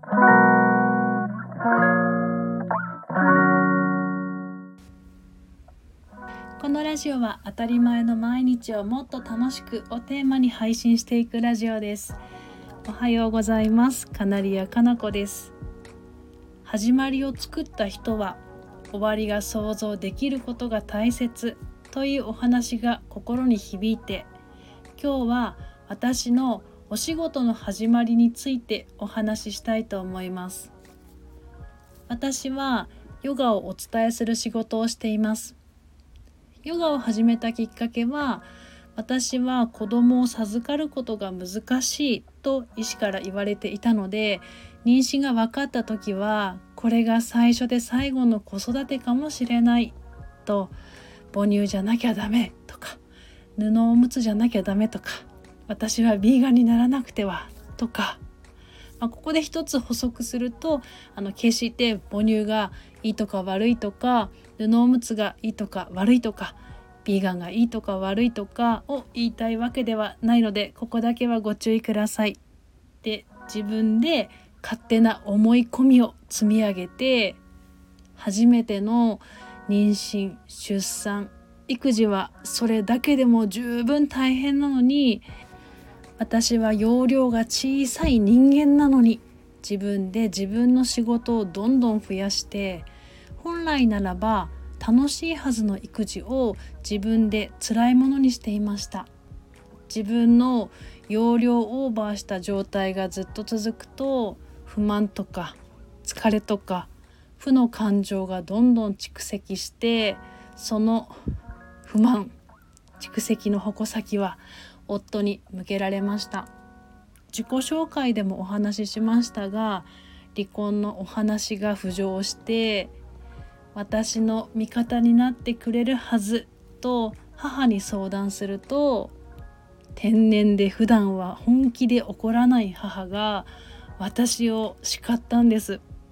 このラジオは当たり前の毎日をもっと楽しくをテーマに配信していくラジオです。おはようございます。カナリアかなこです。始まりを作った人は終わりが想像できることが大切というお話が心に響いて、今日は私のお仕事の始まりについてお話ししたいと思います。私はヨガをお伝えする仕事をしています。ヨガを始めたきっかけは、私は子供を授かることが難しいと医師から言われていたので、妊娠が分かった時はこれが最初で最後の子育てかもしれないと、母乳じゃなきゃダメとか、布おむつじゃなきゃダメとか、私はビーガンにならなくてはとか、ここで一つ補足すると、決して母乳がいいとか悪いとか、布おむつがいいとか悪いとか、ビーガンがいいとか悪いとかを言いたいわけではないので、ここだけはご注意ください。で、自分で勝手な思い込みを積み上げて、初めての妊娠、出産、育児はそれだけでも十分大変なのに、私は容量が小さい人間なのに、自分で自分の仕事をどんどん増やして、本来ならば楽しいはずの育児を自分で辛いものにしていました。自分の容量オーバーした状態がずっと続くと、不満とか疲れとか負の感情がどんどん蓄積して、その不満蓄積の矛先は夫に向けられました。自己紹介でもお話ししましたが、離婚のお話が浮上して、私の味方になってくれるはずと母に相談すると、天然で普段は本気で怒らない母が私を叱ったんです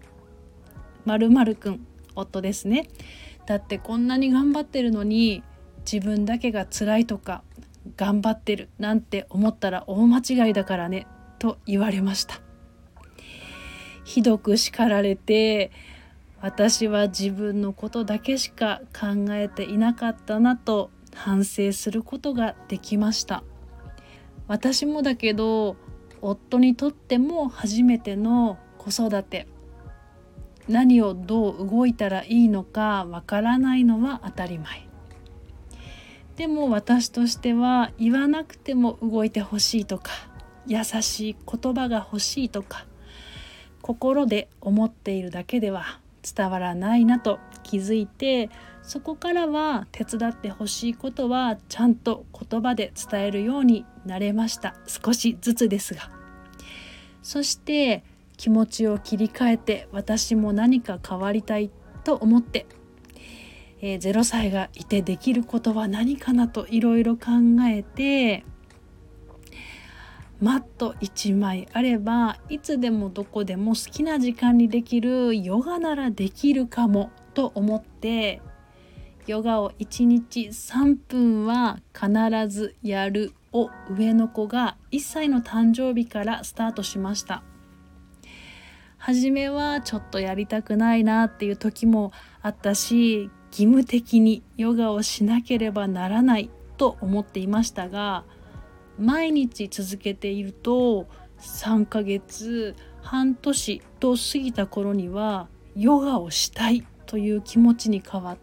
。〇〇くん、夫ですね。だってこんなに頑張ってるのに、自分だけが辛いとか頑張ってるなんて思ったら大間違いだからねと言われました。ひどく叱られて、私は自分のことだけしか考えていなかったなと反省することができました。私もだけど、夫にとっても初めての子育て、何をどう動いたらいいのかわからないのは当たり前。でも私としては、言わなくても動いてほしいとか、優しい言葉が欲しいとか、心で思っているだけでは伝わらないなと気づいて、そこからは手伝ってほしいことはちゃんと言葉で伝えるようになれました。少しずつですが。そして気持ちを切り替えて、私も何か変わりたいと思って、0歳がいてできることは何かなといろいろ考えて、マット1枚あればいつでもどこでも好きな時間にできるヨガならできるかもと思って、ヨガを1日3分は必ずやるを上の子が1歳の誕生日からスタートしました。初めはちょっとやりたくないなっていう時もあったし、義務的にヨガをしなければならないと思っていましたが、毎日続けていると3ヶ月、半年と過ぎた頃にはヨガをしたいという気持ちに変わって、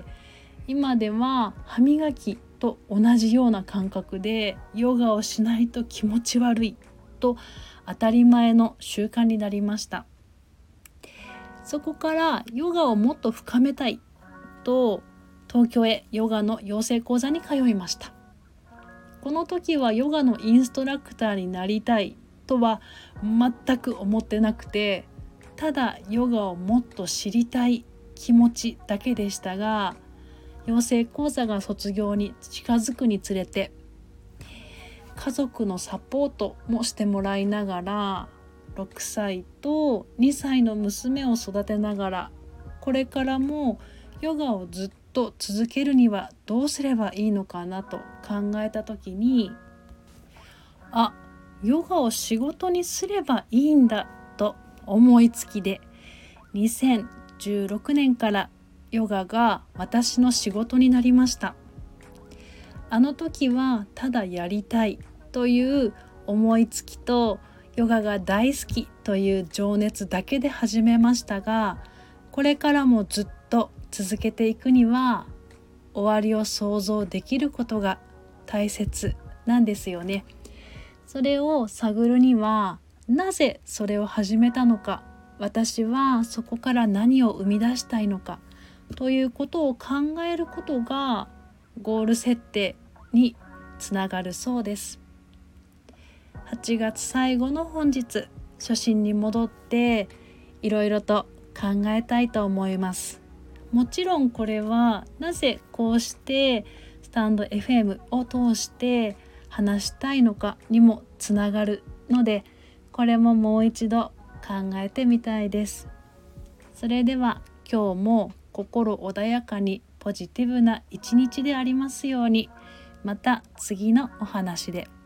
今では歯磨きと同じような感覚でヨガをしないと気持ち悪いと当たり前の習慣になりました。そこからヨガをもっと深めたいと、東京へヨガの養成講座に通いました。この時はヨガのインストラクターになりたいとは全く思ってなくて、ただヨガをもっと知りたい気持ちだけでしたが、養成講座が卒業に近づくにつれて、家族のサポートもしてもらいながら、6歳と2歳の娘を育てながら、これからもヨガをずっと続けるにはどうすればいいのかなと考えた時に、ヨガを仕事にすればいいんだと思いつきで2016年からヨガが私の仕事になりました。あの時はただやりたいという思いつきとヨガが大好きという情熱だけで始めましたが、これからもずっと続けていくには終わりを想像できることが大切なんですよね。それを探るには、なぜそれを始めたのか、私はそこから何を生み出したいのかということを考えることがゴール設定につながるそうです。8月最後の本日、初心に戻っていろいろと考えたいと思います。もちろんこれはなぜこうしてスタンド FM を通して話したいのかにもつながるので、これももう一度考えてみたいです。それでは今日も心穏やかにポジティブな一日でありますように。また次のお話で。